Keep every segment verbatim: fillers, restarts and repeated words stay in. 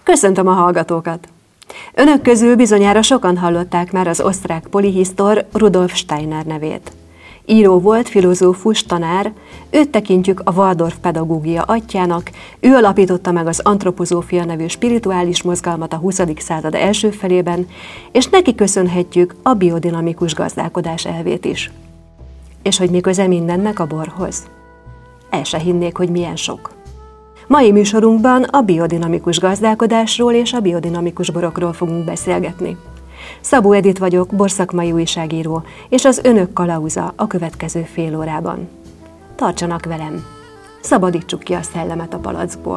Köszöntöm a hallgatókat! Önök közül bizonyára sokan hallották már az osztrák polihisztor Rudolf Steiner nevét. Író volt, filozófus, tanár, őt tekintjük a Waldorf pedagógia atyjának, ő alapította meg az antropozófia nevű spirituális mozgalmat a huszadik század első felében, és neki köszönhetjük a biodinamikus gazdálkodás elvét is. És hogy mi köze mindennek a borhoz? El se hinnék, hogy milyen sok. Mai műsorunkban a biodinamikus gazdálkodásról és a biodinamikus borokról fogunk beszélgetni. Szabó Edit vagyok, borszakmai újságíró, és az önök kalauza a következő fél órában. Tartsanak velem! Szabadítsuk ki a szellemet a palackból.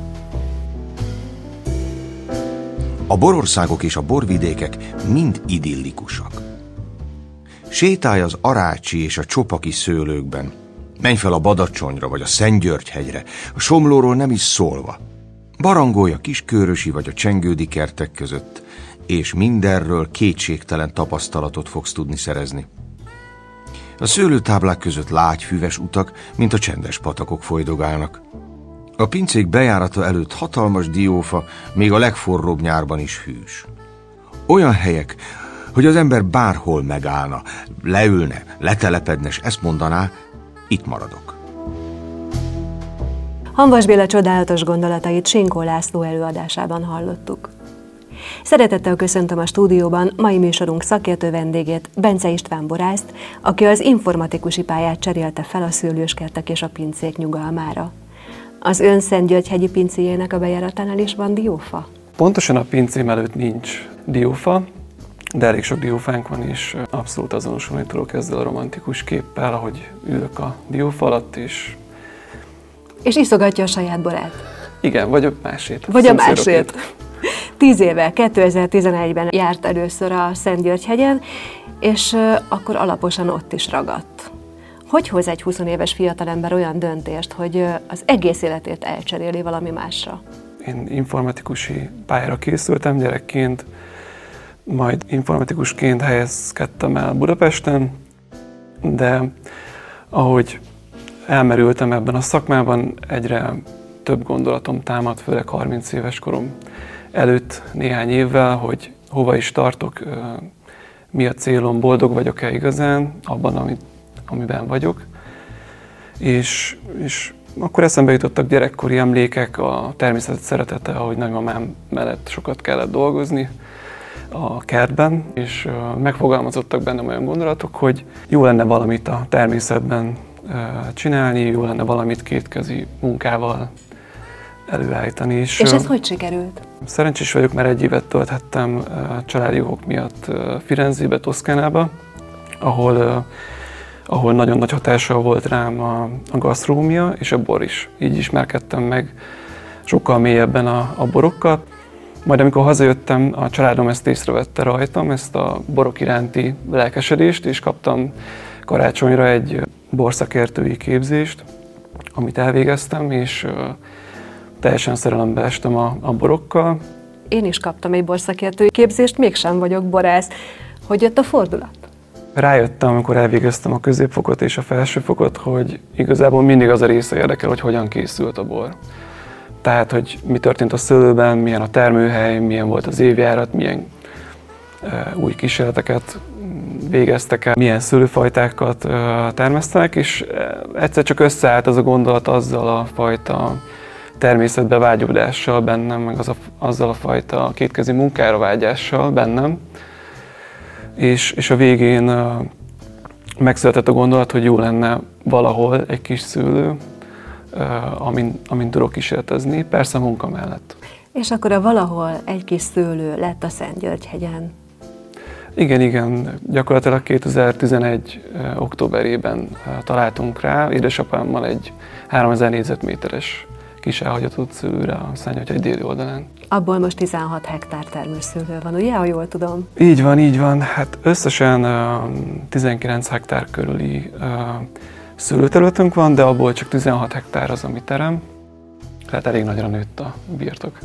A borországok és a borvidékek mind idillikusak. Sétálj az arácsi és a csopaki szőlőkben, menj fel a Badacsonyra vagy a Szentgyörgy-hegyre, a Somlóról nem is szólva. Barangolj a Kiskörösi vagy a Csengődi kertek között, és mindenről kétségtelen tapasztalatot fogsz tudni szerezni. A szőlőtáblák között lágy füves utak, mint a csendes patakok folydogálnak. A pincék bejárata előtt hatalmas diófa, még a legforróbb nyárban is hűs. Olyan helyek, hogy az ember bárhol megállna, leülne, letelepedne, és ezt mondaná, itt maradok. Hamvas Béla csodálatos gondolatait Sinkó László előadásában hallottuk. Szeretettel köszöntöm a stúdióban mai műsorunk szakértő vendégét, Bence István borászt, aki az informatikusi pályát cserélte fel a szőlőskertek és a pincék nyugalmára. Az ön Szentgyörgy-hegyi pincéjének a bejáratánál is van diófa? Pontosan a pincém előtt nincs diófa, de elég sok diófánk van, és abszolút azonosulni tudok ezzel a romantikus képpel, ahogy ülök a diófa alatt, és... És iszogatja a saját borát? Igen, vagy a másét. Vagy a másét. Tíz éve, kétezer-tizenegyben járt először a Szentgyörgy-hegyen, és akkor alaposan ott is ragadt. Hogy hoz egy húsz éves fiatalember olyan döntést, hogy az egész életét elcseréli valami másra? Én informatikusi pályára készültem gyerekként, majd informatikusként helyezkedtem el Budapesten, de ahogy elmerültem ebben a szakmában, egyre több gondolatom támadt, főleg harminc éves korom előtt néhány évvel, hogy hova is tartok, mi a célom, boldog vagyok-e igazán abban, amit, amiben vagyok. És, és akkor eszembe jutottak gyerekkori emlékek, a természet szeretete, ahogy nagymamám mellett sokat kellett dolgozni a kertben, és megfogalmazottak bennem olyan gondolatok, hogy jó lenne valamit a természetben csinálni, jó lenne valamit kétkezi munkával előállítani. És, és ez hogy sikerült? Szerencsés vagyok, mert egy évet tölthettem családi okok miatt Firenzébe, Toszkánába, ahol, ahol nagyon nagy hatással volt rám a, a gasztronómia és a bor is. Így ismerkedtem meg sokkal mélyebben a, a borokkal. Majd amikor hazajöttem, a családom ezt észrevette rajtam, ezt a borok iránti lelkesedést, és kaptam karácsonyra egy borszakértői képzést, amit elvégeztem, és teljesen szerelembe estem a, a borokkal. Én is kaptam egy borszakértői képzést, mégsem vagyok borász. Hogy jött a fordulat? Rájöttem, amikor elvégeztem a középfokot és a felsőfokot, hogy igazából mindig az a része érdekel, hogy hogyan készült a bor. Tehát, hogy mi történt a szőlőben, milyen a termőhely, milyen volt az évjárat, milyen e, új kísérleteket végeztek el, milyen szőlőfajtákat e, termesztenek, és e, egyszer csak összeállt az a gondolat azzal a fajta természetbe vágyódással bennem, meg az a, azzal a fajta kétkezi munkára vágyással bennem, és, és a végén e, megszületett a gondolat, hogy jó lenne valahol egy kis szőlő, amin, amin tudok kísérletezni, persze munka mellett. És akkor a valahol egy kis szőlő lett a Szentgyörgy-hegyen. Igen, igen. Gyakorlatilag kétezer-tizenegy októberében találtunk rá édesapámmal egy háromezer négyzetméteres kis elhagyatott szőlőre a Szentgyörgy-hegy déli oldalán. Abból most tizenhat hektár termőszőlő van, ugye, ha jól tudom? Így van, így van. Hát összesen tizenkilenc hektár körüli szőlőterületünk van, de abból csak tizenhat hektár az, ami terem, tehát elég nagyra nőtt a birtok.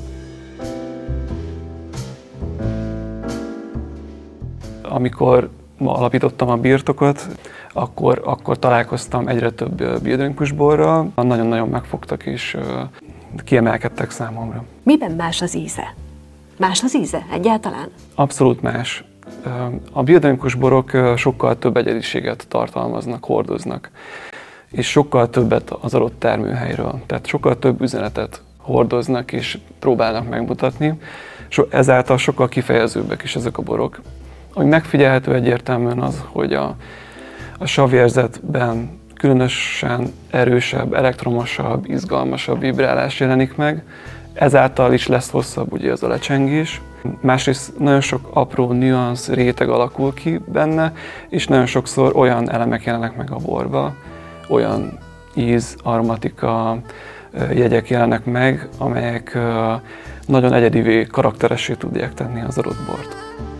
Amikor ma alapítottam a birtokot, akkor, akkor találkoztam egyre több biodinamikus borral. Nagyon-nagyon megfogtak, és kiemelkedtek számomra. Miben más az íze? Más az íze egyáltalán? Abszolút más. A biodinamikus borok sokkal több egyediséget tartalmaznak, hordoznak, és sokkal többet az adott termőhelyről. Tehát sokkal több üzenetet hordoznak és próbálnak megmutatni, és ezáltal sokkal kifejezőbbek is ezek a borok. Ami megfigyelhető egyértelműen az, hogy a, a savérzetben különösen erősebb, elektromosabb, izgalmasabb vibrálás jelenik meg, ezáltal is lesz hosszabb ugye az a lecsengés. Másrészt nagyon sok apró nüansz, réteg alakul ki benne, és nagyon sokszor olyan elemek jelennek meg a borba, olyan íz, aromatika jegyek jelennek meg, amelyek nagyon egyedivé, karakteressé tudják tenni az adott bort.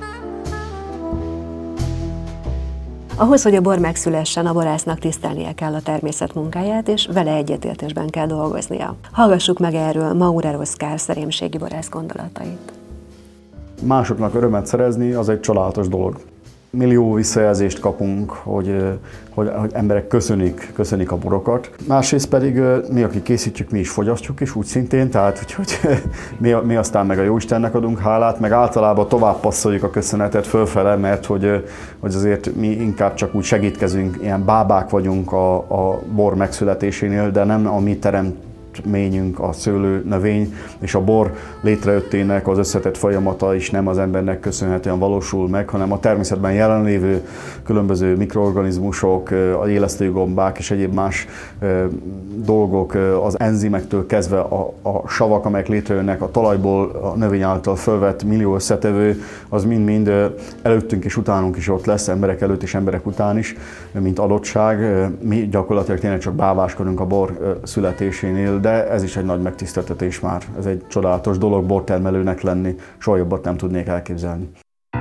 Ahhoz, hogy a bor megszülessen, a borásznak tisztelnie kell a természet munkáját, és vele egyetértésben kell dolgoznia. Hallgassuk meg erről Maurer Oszkár szerémségi borász gondolatait. Másoknak örömet szerezni, az egy csodálatos dolog. Millió visszajelzést kapunk, hogy, hogy, hogy emberek köszönik, köszönik a borokat. Másrészt pedig mi, akik készítjük, mi is fogyasztjuk is úgy szintén, tehát hogy, hogy mi, mi aztán meg a Jóistennek adunk hálát, meg általában tovább passzoljuk a köszönetet fölfele, mert hogy, hogy azért mi inkább csak úgy segítkezünk, ilyen bábák vagyunk a, a bor megszületésénél, de nem a mi teremt ményünk a szőlő növény, és a bor létrejöttének az összetett folyamata is nem az embernek köszönhetően valósul meg, hanem a természetben jelenlévő különböző mikroorganizmusok, az élesztőgombák és egyéb más dolgok, az enzimektől kezdve a, a savak, amelyek létrejönnek a talajból, a növény által fölvett millió összetevő, az mind-mind előttünk és utánunk is ott lesz, emberek előtt és emberek után is, mint adottság. Mi gyakorlatilag tényleg csak báváskodunk a bor születésénél, de ez is egy nagy megtiszteltetés már. Ez egy csodálatos dolog bortermelőnek lenni, soha jobbat nem tudnék elképzelni.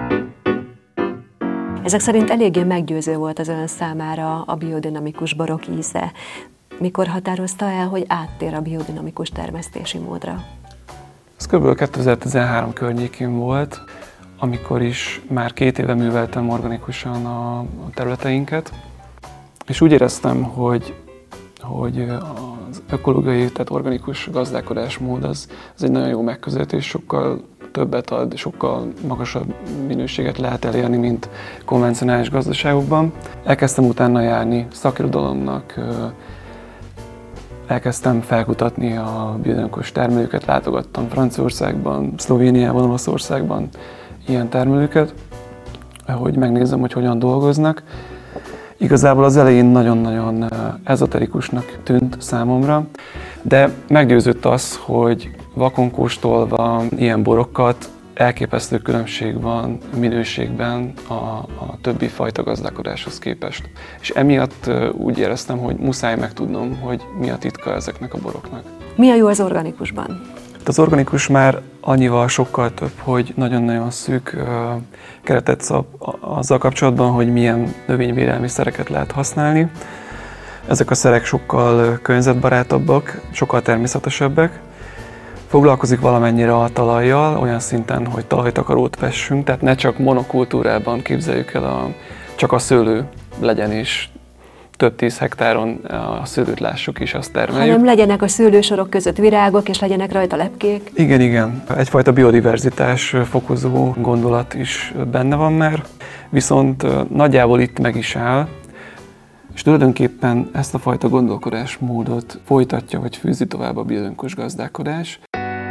Ezek szerint eléggé meggyőző volt az ön számára a biodinamikus borok íze. Mikor határozta el, hogy áttér a biodinamikus termesztési módra? Ez kb. kétezer-tizenhárom környékén volt, amikor is már két éve műveltem organikusan a területeinket, és úgy éreztem, hogy hogy az ökológiai, tehát organikus gazdálkodásmód az, az egy nagyon jó megközelítés, sokkal többet ad, sokkal magasabb minőséget lehet elérni, mint konvencionális gazdaságokban. Elkezdtem utána járni szakirodalomnak, elkezdtem felkutatni a biodinamikus termelőket, látogattam Franciaországban, Szlovéniában, Olaszországban ilyen termelőket, hogy megnézzem, hogy hogyan dolgoznak. Igazából az elején nagyon-nagyon ezoterikusnak tűnt számomra, de meggyőzött az, hogy vakon kóstolva ilyen borokat elképesztő különbség van minőségben a, a többi fajta gazdálkodáshoz képest. És emiatt úgy éreztem, hogy muszáj megtudnom, hogy mi a titka ezeknek a boroknak. Mi a jó az organikusban? Az organikus már annyival sokkal több, hogy nagyon-nagyon szűk uh, keretet szab azzal kapcsolatban, hogy milyen növényvédelmi szereket lehet használni. Ezek a szerek sokkal környezetbarátabbak, sokkal természetesebbek. Foglalkozik valamennyire a talajjal, olyan szinten, hogy talajtakarót vessünk, tehát ne csak monokultúrában képzeljük el, a, csak a szőlő legyen is. Több tíz hektáron a szőlőt lássuk és azt termeljük. Hanem legyenek a szőlősorok között virágok, és legyenek rajta lepkék. Igen, igen. Egyfajta biodiverzitás fokozó gondolat is benne van már, viszont nagyjából itt meg is áll, és tulajdonképpen ezt a fajta gondolkodásmódot folytatja, vagy fűzi tovább a biodinamikus gazdálkodás.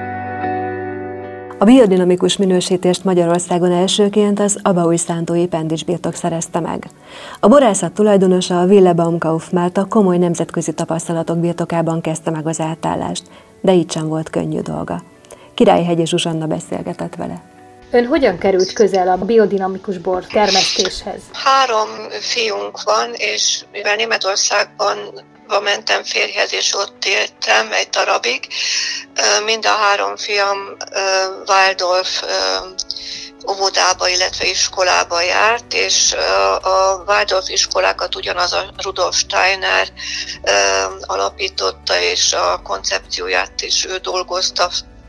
A biodinamikus minősítést Magyarországon elsőként az abaújszántói Pendics birtok szerezte meg. A borászat tulajdonosa, a Willebaum-Kauf Márta komoly nemzetközi tapasztalatok birtokában kezdte meg az átállást, de így sem volt könnyű dolga. Királyhegyi Zsuzsanna beszélgetett vele. Ön hogyan került közel a biodinamikus bor termesztéshez? Három fiunk van, és mivel Németországban mentem férjhez, és ott éltem egy darabig. Mind a három fiam Waldorf óvodába, illetve iskolába járt, és a Waldorf iskolákat ugyanaz a Rudolf Steiner alapította, és a koncepcióját is ő dolgozta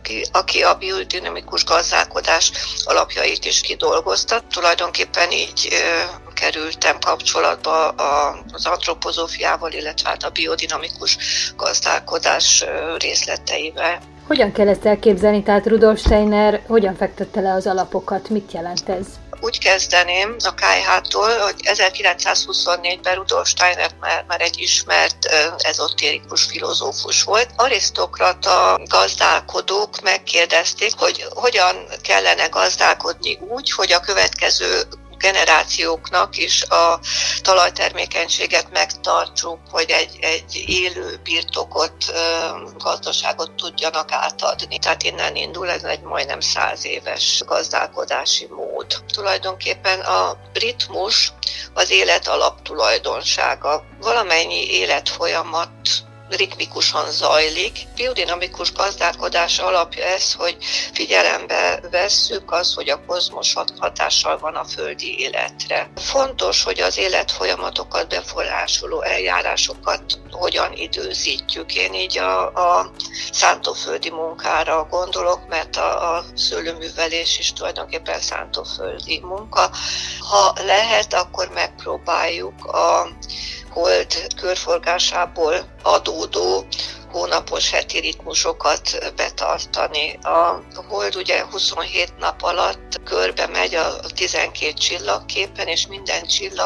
aki, aki a biodinamikus gazdálkodás alapjait is kidolgozta. Tulajdonképpen így kerültem kapcsolatba az antropozófiával, illetve hát a biodinamikus gazdálkodás részleteivel. Hogyan kell ezt elképzelni? Tehát Rudolf Steiner hogyan fektette le az alapokat? Mit jelent ez? Úgy kezdeném a ká i há-tól, hogy ezerkilencszázhuszonnégyben Rudolf Steiner már, már egy ismert ezotérikus filozófus volt. Arisztokrata gazdálkodók megkérdezték, hogy hogyan kellene gazdálkodni úgy, hogy a következő generációknak is a talajtermékenységet megtartsuk, hogy egy, egy élő birtokot, gazdaságot tudjanak átadni. Tehát innen indul ez egy majdnem száz éves gazdálkodási mód. Tulajdonképpen a ritmus az élet alaptulajdonsága. Valamennyi életfolyamat ritmikusan zajlik. Biodinamikus gazdálkodás alapja ez, hogy figyelembe vesszük az, hogy a kozmos hatással van a földi életre. Fontos, hogy az életfolyamatokat befolyásoló eljárásokat hogyan időzítjük. Én így a, a szántóföldi munkára gondolok, mert a, a szőlőművelés is tulajdonképpen szántóföldi munka. Ha lehet, akkor megpróbáljuk a hold körforgásából adódó hónapos heti ritmusokat betartani. A hold ugye huszonhét nap alatt körbe megy a tizenkét csillagképen, és minden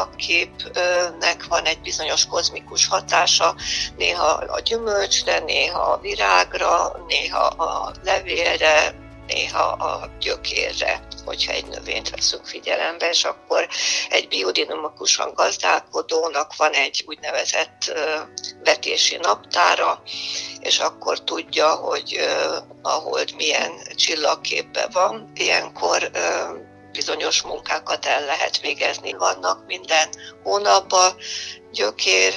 csillagképnek van egy bizonyos kozmikus hatása, néha a gyümölcsre, néha a virágra, néha a levélre, néha a gyökérre, hogyha egy növényt veszünk figyelembe, és akkor egy biodinamikusan gazdálkodónak van egy úgynevezett vetési naptára, és akkor tudja, hogy a hold milyen csillagképben van. Ilyenkor bizonyos munkákat el lehet végezni. Vannak minden hónapban gyökér,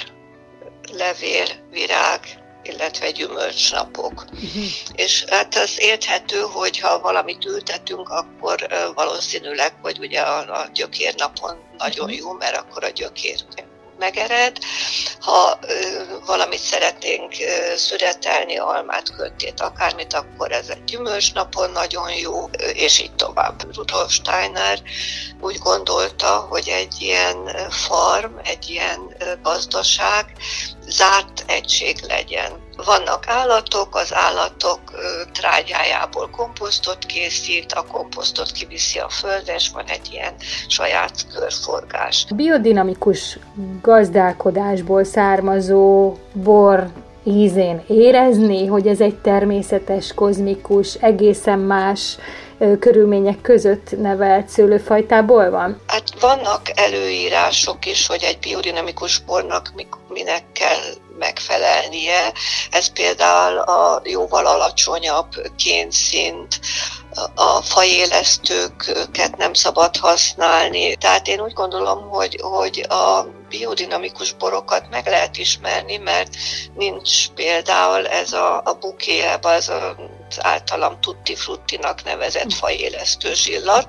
levél, virág, illetve gyümölcsnapok. Uh-huh. És hát az érthető, hogy ha valamit ültetünk, akkor valószínűleg, hogy ugye a, a gyökérnapon nagyon jó, mert akkor a gyökér megered. Ha ö, valamit szeretnénk ö, szüretelni, almát, körtét, akármit, akkor ez egy gyümölcsnapon nagyon jó, ö, és így tovább. Rudolf Steiner úgy gondolta, hogy egy ilyen farm, egy ilyen ö, gazdaság zárt egység legyen. Vannak állatok, az állatok ö, trágyájából komposztot készít, a komposztot kiviszi a földre, és van egy ilyen saját körforgás. A biodinamikus gazdálkodásból származó bor ízén érezni, hogy ez egy természetes, kozmikus, egészen más ö, körülmények között nevelt szőlőfajtából van? Hát vannak előírások is, hogy egy biodinamikus bornak minek kell megfelelnie. Ez például a jóval alacsonyabb kénszint, a fajélesztőket nem szabad használni. Tehát én úgy gondolom, hogy, hogy a biodinamikus borokat meg lehet ismerni, mert nincs például ez a, a bukéjában, ez az általam tutti fruttinak nevezett fajélesztő zsillat,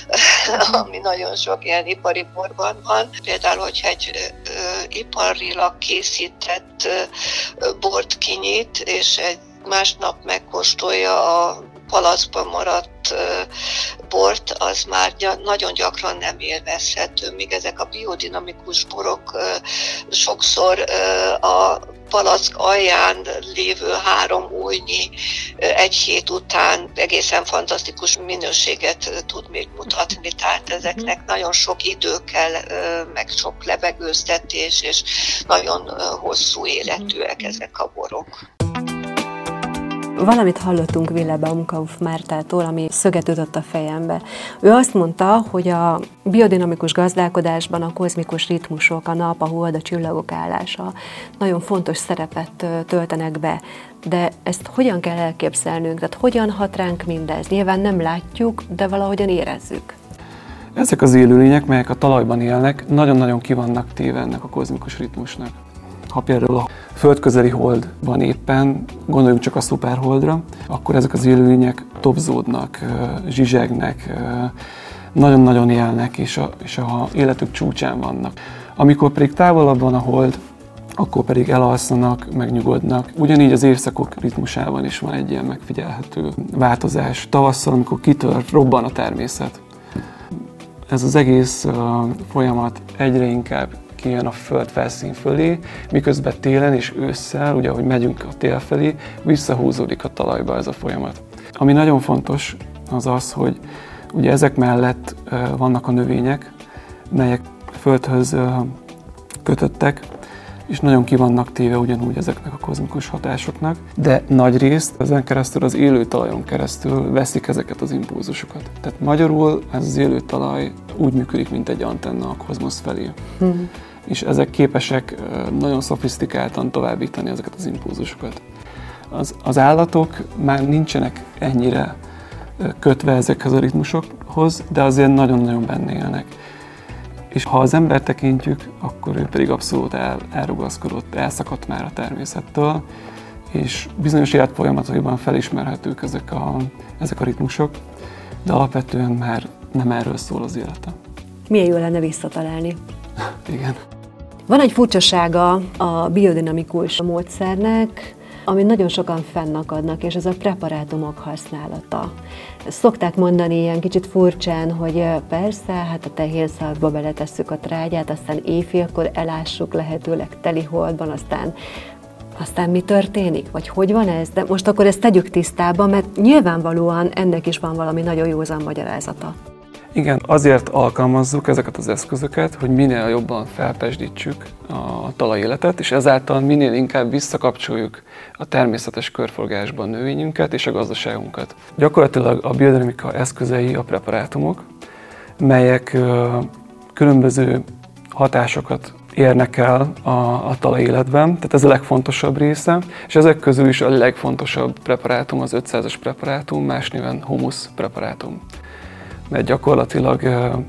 ami nagyon sok ilyen ipari borban van. Például, hogyha egy ö, iparilag készített ö, bort kinyit, és egy másnap megkóstolja a palacban maradt bort, az már nagyon gyakran nem élvezhető, míg ezek a biodinamikus borok sokszor a palack alján lévő három ujjnyi egy hét után egészen fantasztikus minőséget tud még mutatni, tehát ezeknek nagyon sok idő kell, meg sok levegőztetés, és nagyon hosszú életűek ezek a borok. Valamit hallottunk Wille Baumkauf Mártától, ami szöget ütött a fejembe. Ő azt mondta, hogy a biodinamikus gazdálkodásban a kozmikus ritmusok, a nap, a hold, a csillagok állása nagyon fontos szerepet töltenek be. De ezt hogyan kell elképzelnünk? Tehát hogyan hat ránk mindez? Nyilván nem látjuk, de valahogyan érezzük. Ezek az élőlények, melyek a talajban élnek, nagyon-nagyon ki vannak téve ennek a kozmikus ritmusnak. Ha például a földközeli holdban éppen, gondoljunk csak a szuperholdra, akkor ezek az élőlények tobzódnak, zsizsegnek, nagyon-nagyon élnek, és a, és a életük csúcsán vannak. Amikor pedig távolabb van a hold, akkor pedig elalszanak, megnyugodnak. Ugyanígy az évszakok ritmusában is van egy ilyen megfigyelhető változás. Tavasszal, amikor kitör, robban a természet. Ez az egész uh, folyamat egyre inkább kijön a föld felszín fölé, miközben télen és ősszel, ugye ahogy megyünk a tél felé, visszahúzódik a talajba ez a folyamat. Ami nagyon fontos az az, hogy ugye ezek mellett uh, vannak a növények, melyek földhöz uh, kötöttek, és nagyon ki vannak téve ugyanúgy ezeknek a kozmikus hatásoknak, de nagy részt ezen keresztül, az élő talajon keresztül veszik ezeket az impulzusokat. Tehát magyarul ez az élő talaj úgy működik, mint egy antenna a kozmosz felé. Hmm. És ezek képesek nagyon szofisztikáltan továbbítani ezeket az impulzusokat. Az, az állatok már nincsenek ennyire kötve ezekhez a ritmusokhoz, de azért nagyon-nagyon benne élnek. És ha az embert tekintjük, akkor ő pedig abszolút el, elrugaszkodott, elszakadt már a természettől, és bizonyos életfolyamataiban felismerhetők ezek a, ezek a ritmusok, de alapvetően már nem erről szól az élete. Milyen jó lenne visszatalálni. Igen. Van egy furcsasága a biodinamikus módszernek, amit nagyon sokan fennakadnak, és ez a preparátumok használata. Szokták mondani ilyen kicsit furcsán, hogy persze, hát a tehérszalba beletesszük a trágyát, aztán éjfélkor elássuk lehetőleg teli holdban, aztán, aztán mi történik? Vagy hogy van ez? De most akkor ezt tegyük tisztába, mert nyilvánvalóan ennek is van valami nagyon józan magyarázata. Igen, azért alkalmazzuk ezeket az eszközöket, hogy minél jobban felpezsdítsük a talajéletet, és ezáltal minél inkább visszakapcsoljuk a természetes körforgásban növényünket és a gazdaságunkat. Gyakorlatilag a biodinamika eszközei a preparátumok, melyek különböző hatásokat érnek el a, a talajéletben, tehát ez a legfontosabb része, és ezek közül is a legfontosabb preparátum az ötszázas preparátum, más néven humusz preparátum. Mert gyakorlatilag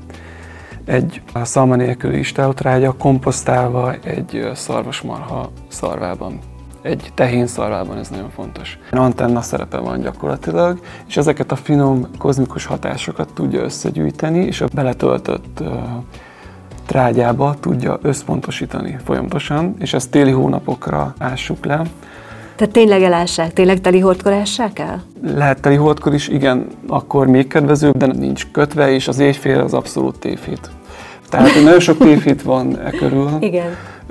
egy szalma nélküli istállótrágya komposztálva egy szarvasmarha szarvában. Egy tehén szarvában, ez nagyon fontos. Antenna szerepe van gyakorlatilag, és ezeket a finom kozmikus hatásokat tudja összegyűjteni, és a beletöltött trágyába tudja összpontosítani folyamatosan, és ezt téli hónapokra ássuk le. Tehát tényleg elássák? Tényleg teli holdkor ássák el? Lehet teli holdkor is, igen, akkor még kedvezőbb, de nincs kötve, és az éjfél az abszolút tévhit. Tehát nagyon sok tévhit van e körül. Igen.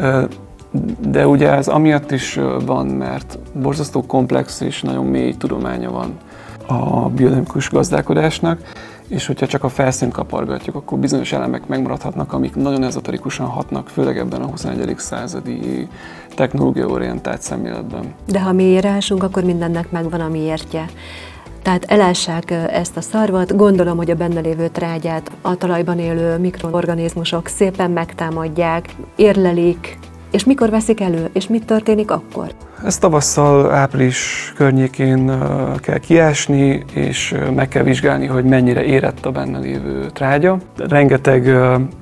De ugye ez amiatt is van, mert borzasztó komplex és nagyon mély tudománya van a biodinamikus gazdálkodásnak, és hogyha csak a felszínt kapargatjuk, akkor bizonyos elemek megmaradhatnak, amik nagyon ezoterikusan hatnak, főleg ebben a huszonegyedik századi technológiaorientált szemléletben. De ha mélyre ásunk, akkor mindennek megvan a miértje. Tehát elássák ezt a szarvat, gondolom, hogy a benne lévő trágyát a talajban élő mikroorganizmusok szépen megtámadják, érlelik, és mikor veszik elő, és mit történik akkor? Ezt tavasszal, április környékén kell kiásni, és meg kell vizsgálni, hogy mennyire érett a benne lévő trágya. Rengeteg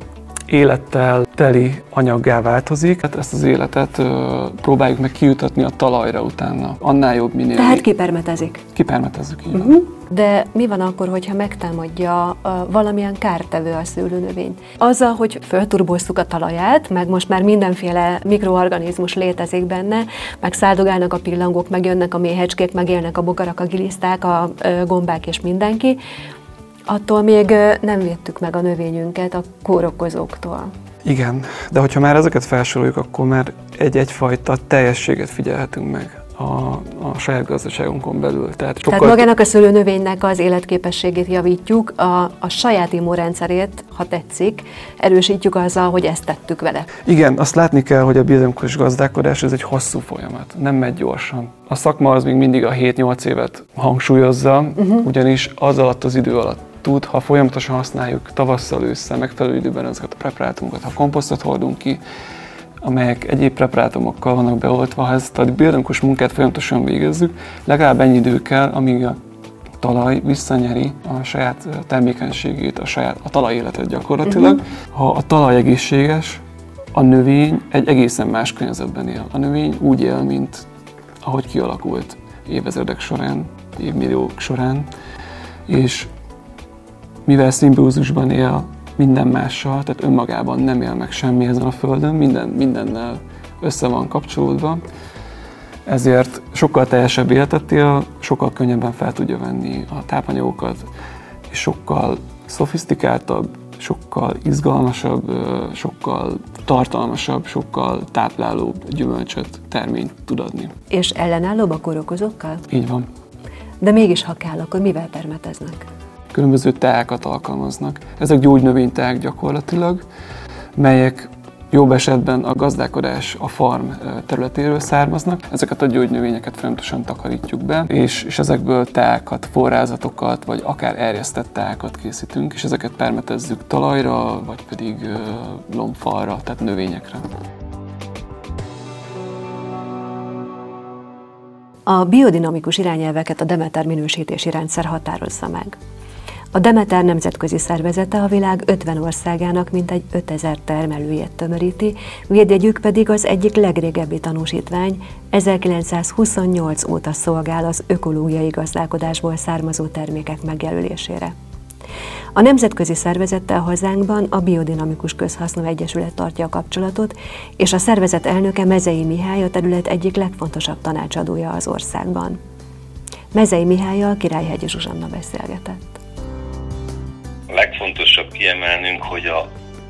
élettel teli anyaggá változik. Hát ezt az életet próbáljuk meg kijutatni a talajra utána. Annál jobb, minél. Tehát kipermetezik. Kipermetezzük, így. Uh-huh. De mi van akkor, hogyha megtámadja uh, valamilyen kártevő a szőlőnövényt? Azzal, hogy fölturbóztuk a talaját, meg most már mindenféle mikroorganizmus létezik benne, meg száldogálnak a pillangók, meg jönnek a méhecskék, meg élnek a bogarak, a giliszták, a uh, gombák és mindenki, attól még uh, nem védtük meg a növényünket a kórokozóktól. Igen, de hogyha már ezeket felsoroljuk, akkor már egy-egyfajta teljességet figyelhetünk meg a, a saját gazdaságunkon belül. Tehát, sokkal... Tehát magának a szőlőnövénynek az életképességét javítjuk, a, a saját immunrendszerét, ha tetszik, erősítjük azzal, hogy ezt tettük vele. Igen, azt látni kell, hogy a biodinamikus gazdálkodás ez egy hosszú folyamat, nem megy gyorsan. A szakma az még mindig a hét-nyolc évet hangsúlyozza, uh-huh. ugyanis az alatt az idő alatt tud, ha folyamatosan használjuk tavasszal, ősszel, megfelelő időben ezeket a preparátumokat, ha komposztot hordunk ki, amelyek egyéb preparátumokkal vannak beoltva, ha ezt a biodinamikus munkát folyamatosan végezzük, legalább ennyi idő kell, amíg a talaj visszanyeri a saját termékenységét, a, saját, a talajéletet gyakorlatilag. Uh-huh. Ha a talaj egészséges, a növény egy egészen más környezetben él. A növény úgy él, mint ahogy kialakult évezredek során, évmilliók során, és mivel szimbiózusban él minden mással, tehát önmagában nem él meg semmi ezen a földön, minden, mindennel össze van kapcsolódva, ezért sokkal teljesebb életet él, sokkal könnyebben fel tudja venni a tápanyagokat, és sokkal szofisztikáltabb, sokkal izgalmasabb, sokkal tartalmasabb, sokkal táplálóbb gyümölcsöt, terményt tud adni. És ellenállóbb a kórokozókkal? Így van. De mégis, ha kell, akkor mivel permeteznek? Különböző teákat alkalmaznak. Ezek gyógynövényteák gyakorlatilag, melyek jobb esetben a gazdálkodás a farm területéről származnak. Ezeket a gyógynövényeket folyamatosan takarítjuk be, és, és ezekből teákat, forrázatokat, vagy akár erjesztett teákat készítünk, és ezeket permetezzük talajra, vagy pedig lombfalra, tehát növényekre. A biodinamikus irányelveket a Demeter minősítési rendszer határozza meg. A Demeter nemzetközi szervezete a világ ötven országának mintegy ötezer termelőjét tömöríti, védjegyük pedig az egyik legrégebbi tanúsítvány, ezerkilencszázhuszonnyolc óta szolgál az ökológiai gazdálkodásból származó termékek megjelölésére. A nemzetközi szervezettel hazánkban a Biodinamikus Közhasznú Egyesület tartja a kapcsolatot, és a szervezet elnöke Mezei Mihály a terület egyik legfontosabb tanácsadója az országban. Mezei Mihállyal Királyhegyi Zsuzsanna beszélgetett. A legfontosabb kiemelnünk, hogy a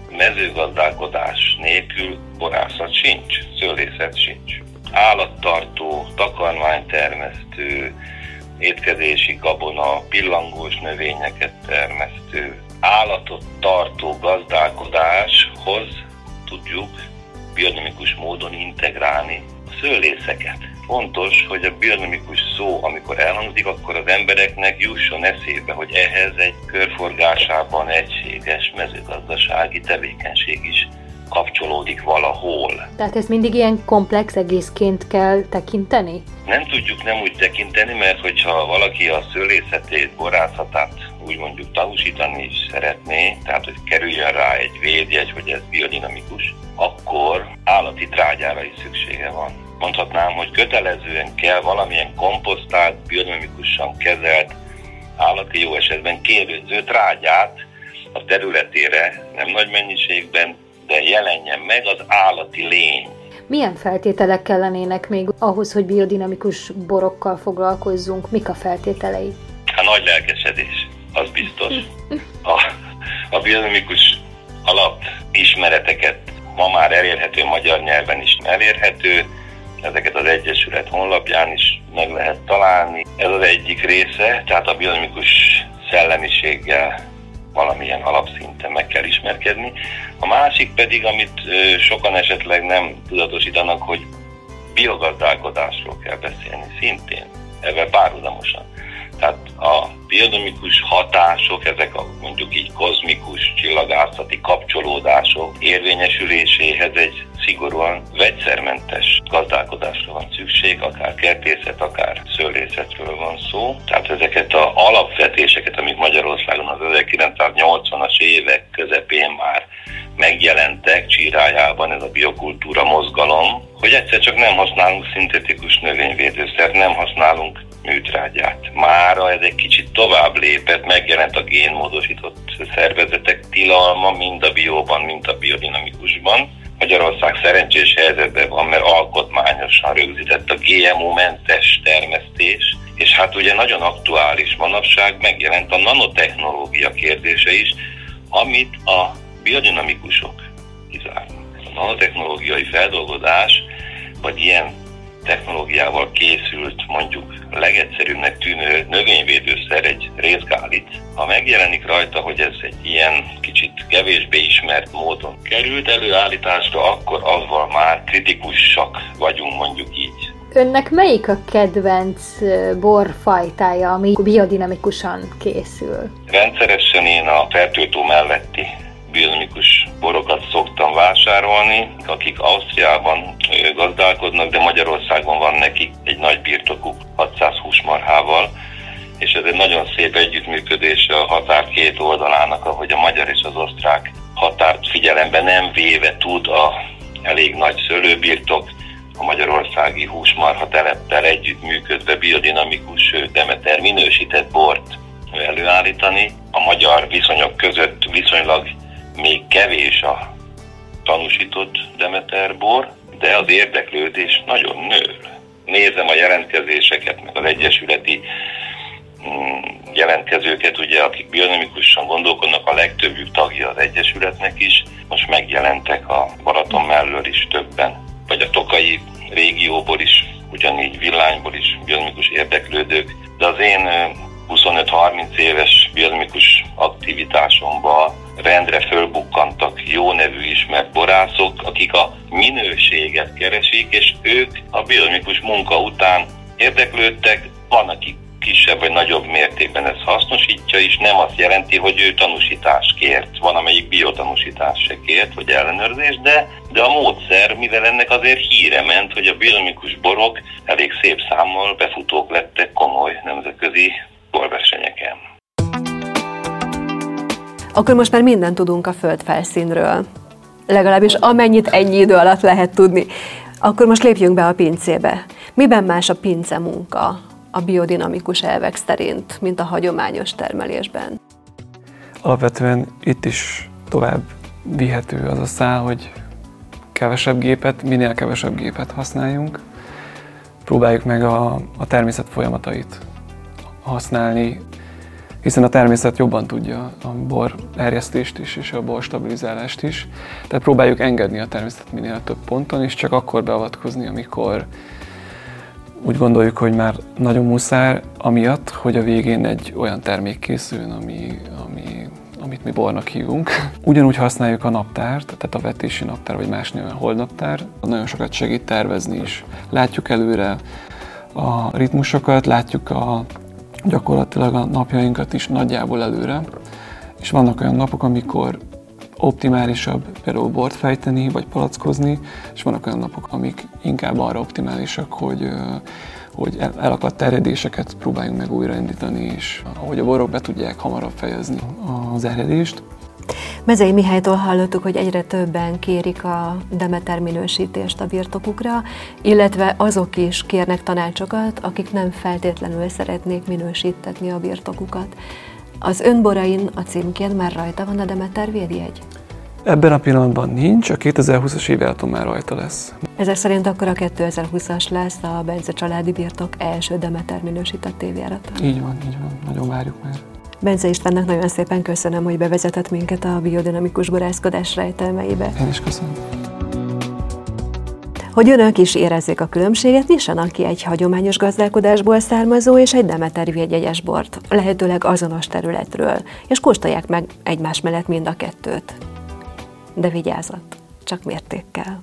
mezőgazdálkodás nélkül borászat sincs, szőlészet sincs. Állattartó, takarmánytermesztő, étkezési gabona, pillangós növényeket termesztő, állatot tartó gazdálkodáshoz tudjuk biodinamikus módon integrálni a szőlészeket. Fontos, hogy a biodinamikus szó, amikor elhangzik, akkor az embereknek jusson eszébe, hogy ehhez egy körforgásában egységes mezőgazdasági tevékenység is kapcsolódik valahol. Tehát ezt mindig ilyen komplex egészként kell tekinteni? Nem tudjuk nem úgy tekinteni, mert hogyha valaki a szőlészetét, borászatát úgy mondjuk tanúsítani is szeretné, tehát hogy kerüljön rá egy védjegy, hogy ez biodinamikus, akkor állati trágyára is szüksége van. Mondhatnám, hogy kötelezően kell valamilyen komposztált, biodinamikusan kezelt, állati jó esetben kérődző trágyát a területére, nem nagy mennyiségben, de jelenjen meg az állati lény. Milyen feltételek kellenének még ahhoz, hogy biodinamikus borokkal foglalkozzunk? Mik a feltételei? A nagy lelkesedés, az biztos. A, a biodinamikus alapismereteket ma már elérhető, magyar nyelven is elérhető, ezeket az Egyesület honlapján is meg lehet találni. Ez az egyik része, tehát a biodinamikus szellemiséggel valamilyen alapszinten meg kell ismerkedni. A másik pedig, amit sokan esetleg nem tudatosítanak, hogy biogazdálkodásról kell beszélni szintén, ebben párhuzamosan. Tehát a biodinamikus hatások, ezek a mondjuk így kozmikus, csillagászati kapcsolódások érvényesüléséhez egy szigorúan vegyszermentes gazdálkodásra van szükség, akár kertészet, akár szőlészetről van szó. Tehát ezeket az alapvetéseket, amik Magyarországon az ezerkilencszáznyolcvanas évek közepén már megjelentek Csirájában, ez a biokultúra mozgalom, hogy egyszer csak nem használunk szintetikus növényvédőszert, nem használunk műtrágyát. Mára ez egy kicsit tovább lépett, megjelent a génmódosított szervezetek tilalma, mind a bióban, mind a biodinamikusban. Magyarország szerencsés helyzetben van, mert alkotmányosan rögzített a gé em o-mentes termesztés, és hát ugye nagyon aktuális manapság megjelent a nanotechnológia kérdése is, amit a biodinamikusok kizárnak. A nanotechnológiai feldolgozás, vagy ilyen technológiával készült, mondjuk legegyszerűbbnek tűnő növényvédőszer, egy részgálit, ha megjelenik rajta, hogy ez egy ilyen kicsit kevésbé ismert módon került előállításra, akkor azzal már kritikusak vagyunk, mondjuk így. Önnek melyik a kedvenc borfajtája, ami biodinamikusan készül? Rendszeresen én a fertőtó melletti biodinamikus borokat szoktam vásárolni, akik Ausztriában gazdálkodnak, de Magyarországon van nekik egy nagy birtokuk hatszáz húsmarhával, és ez egy nagyon szép együttműködés a határ két oldalának, ahogy a magyar és az osztrák határt figyelembe nem véve tud a elég nagy szőlőbirtok a magyarországi húsmarha teleppel együttműködve biodinamikus Demeter minősített bort előállítani. A magyar viszonyok között viszonylag még kevés a tanúsított Demeter bor, de az érdeklődés nagyon nő. Nézem a jelentkezéseket, meg az egyesületi jelentkezőket, ugye, akik biodinamikusan gondolkodnak, a legtöbbjük tagja az egyesületnek is. Most megjelentek a Balaton mellől is többen, vagy a tokai régióból is, ugyanígy Villányból is biodinamikus érdeklődők. De az én huszonöt-harminc éves biodinamikus aktivitásomban rendre fölbukkantak jó nevű ismert borászok, akik a minőséget keresik, és ők a biodinamikus munka után érdeklődtek. Van, aki kisebb vagy nagyobb mértékben ezt hasznosítja, és nem azt jelenti, hogy ő tanúsítást kért. Van, amelyik biotanúsítást se kért, vagy ellenőrzés, de, de a módszer, mivel ennek azért híre ment, hogy a biodinamikus borok elég szép számmal befutók lettek komoly nemzetközi borversenyeken. Akkor most már mindent tudunk a földfelszínről. Legalábbis amennyit ennyi idő alatt lehet tudni. Akkor most lépjünk be a pincébe. Miben más a pince munka a biodinamikus elvek szerint, mint a hagyományos termelésben? Alapvetően itt is tovább vihető az a szál, hogy kevesebb gépet, minél kevesebb gépet használjunk. Próbáljuk meg a, a természet folyamatait használni, hiszen a természet jobban tudja a bor erjesztést is, és a bor stabilizálást is. Tehát próbáljuk engedni a természet minél több ponton, és csak akkor beavatkozni, amikor úgy gondoljuk, hogy már nagyon muszáj, amiatt, hogy a végén egy olyan termék készül, ami, ami, amit mi bornak hívunk. Ugyanúgy használjuk a naptárt, tehát a vetési naptár, vagy más néven holdnaptár. Nagyon sokat segít tervezni is. Látjuk előre a ritmusokat, látjuk a, gyakorlatilag a napjainkat is nagyjából előre. És vannak olyan napok, amikor optimálisabb például bort fejteni, vagy palackozni, és vannak olyan napok, amik inkább arra optimálisak, hogy, hogy elakadt terjedéseket próbáljunk meg újraindítani, és ahogy a borok be tudják hamarabb fejezni az erjedést. Mezei Mihálytól hallottuk, hogy egyre többen kérik a Demeter minősítést a birtokukra, illetve azok is kérnek tanácsokat, akik nem feltétlenül szeretnék minősítetni a birtokukat. Az önborain a címkén már rajta van a Demeter védjegy? Ebben a pillanatban nincs, a kétezer-húszas évjáraton már rajta lesz. Ezek szerint akkor a kétezer-húszas lesz a Bence családi birtok első Demeter minősített évjárata? Így van, így van. Nagyon várjuk már. Bence Istvánnak nagyon szépen köszönöm, hogy bevezetett minket a biodinamikus borászkodás rejtelmeibe. Én is köszönöm. Hogy önök is érezzék a különbséget, nyissanak ki egy hagyományos gazdálkodásból származó és egy Demeter védjegyes bort, lehetőleg azonos területről, és kóstolják meg egymás mellett mind a kettőt. De vigyázat, csak mértékkel.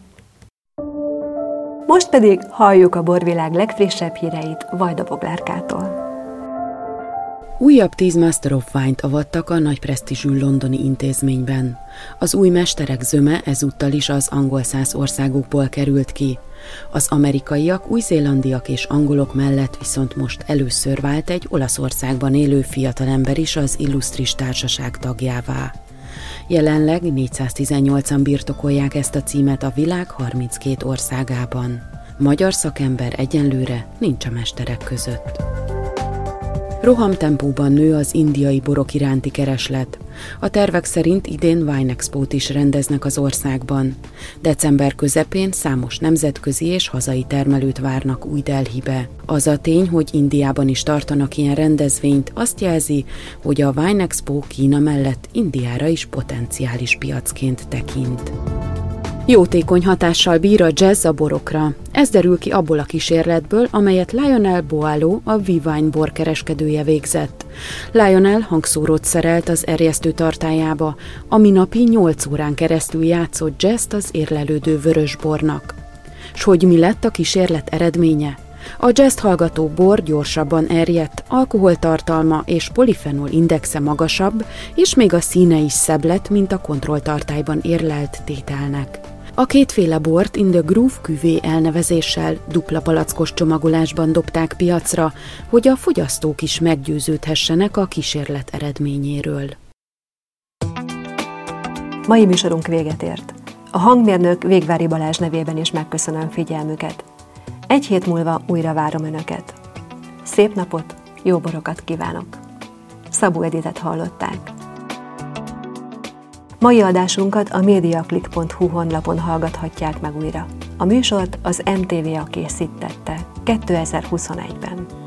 Most pedig halljuk a borvilág legfrissebb híreit Vajda Boglárkától. Újabb tíz Master of Wine-t avattak a nagy presztízsű londoni intézményben. Az új mesterek zöme ezúttal is az angolszász országokból került ki. Az amerikaiak, új-zélandiak és angolok mellett viszont most először vált egy Olaszországban élő fiatalember is az illusztris társaság tagjává. Jelenleg négyszáztizennyolcan birtokolják ezt a címet a világ harminckét országában. Magyar szakember egyenlőre nincs a mesterek között. Rohamtempóban nő az indiai borok iránti kereslet. A tervek szerint idén Wine Expót is rendeznek az országban. December közepén számos nemzetközi és hazai termelőt várnak Új Delhibe. Az a tény, hogy Indiában is tartanak ilyen rendezvényt, azt jelzi, hogy a Wine Expo Kína mellett Indiára is potenciális piacként tekint. Jótékony hatással bír a jazz a borokra. Ez derül ki abból a kísérletből, amelyet Lionel Boileau, a V-Wine borkereskedője végzett. Lionel hangszórót szerelt az erjesztő tartályába, ami napi nyolc órán keresztül játszott jazzt az érlelődő vörösbornak. S hogy mi lett a kísérlet eredménye? A jazzt hallgató bor gyorsabban erjedt, alkoholtartalma és polifenol indexe magasabb, és még a színe is szebb lett, mint a kontrolltartályban érlelt tételnek. A kétféle bort In the Groove Cuvée elnevezéssel dupla palackos csomagolásban dobták piacra, hogy a fogyasztók is meggyőződhessenek a kísérlet eredményéről. Mai műsorunk véget ért. A hangmérnök Végvári Balázs nevében is megköszönöm figyelmüket. Egy hét múlva újra várom Önöket. Szép napot, jó borokat kívánok! Szabó Editet hallották. Mai adásunkat a mediaclick pont hu honlapon hallgathatják meg újra. A műsort az em té vé á készítette kétezer-huszonegyben.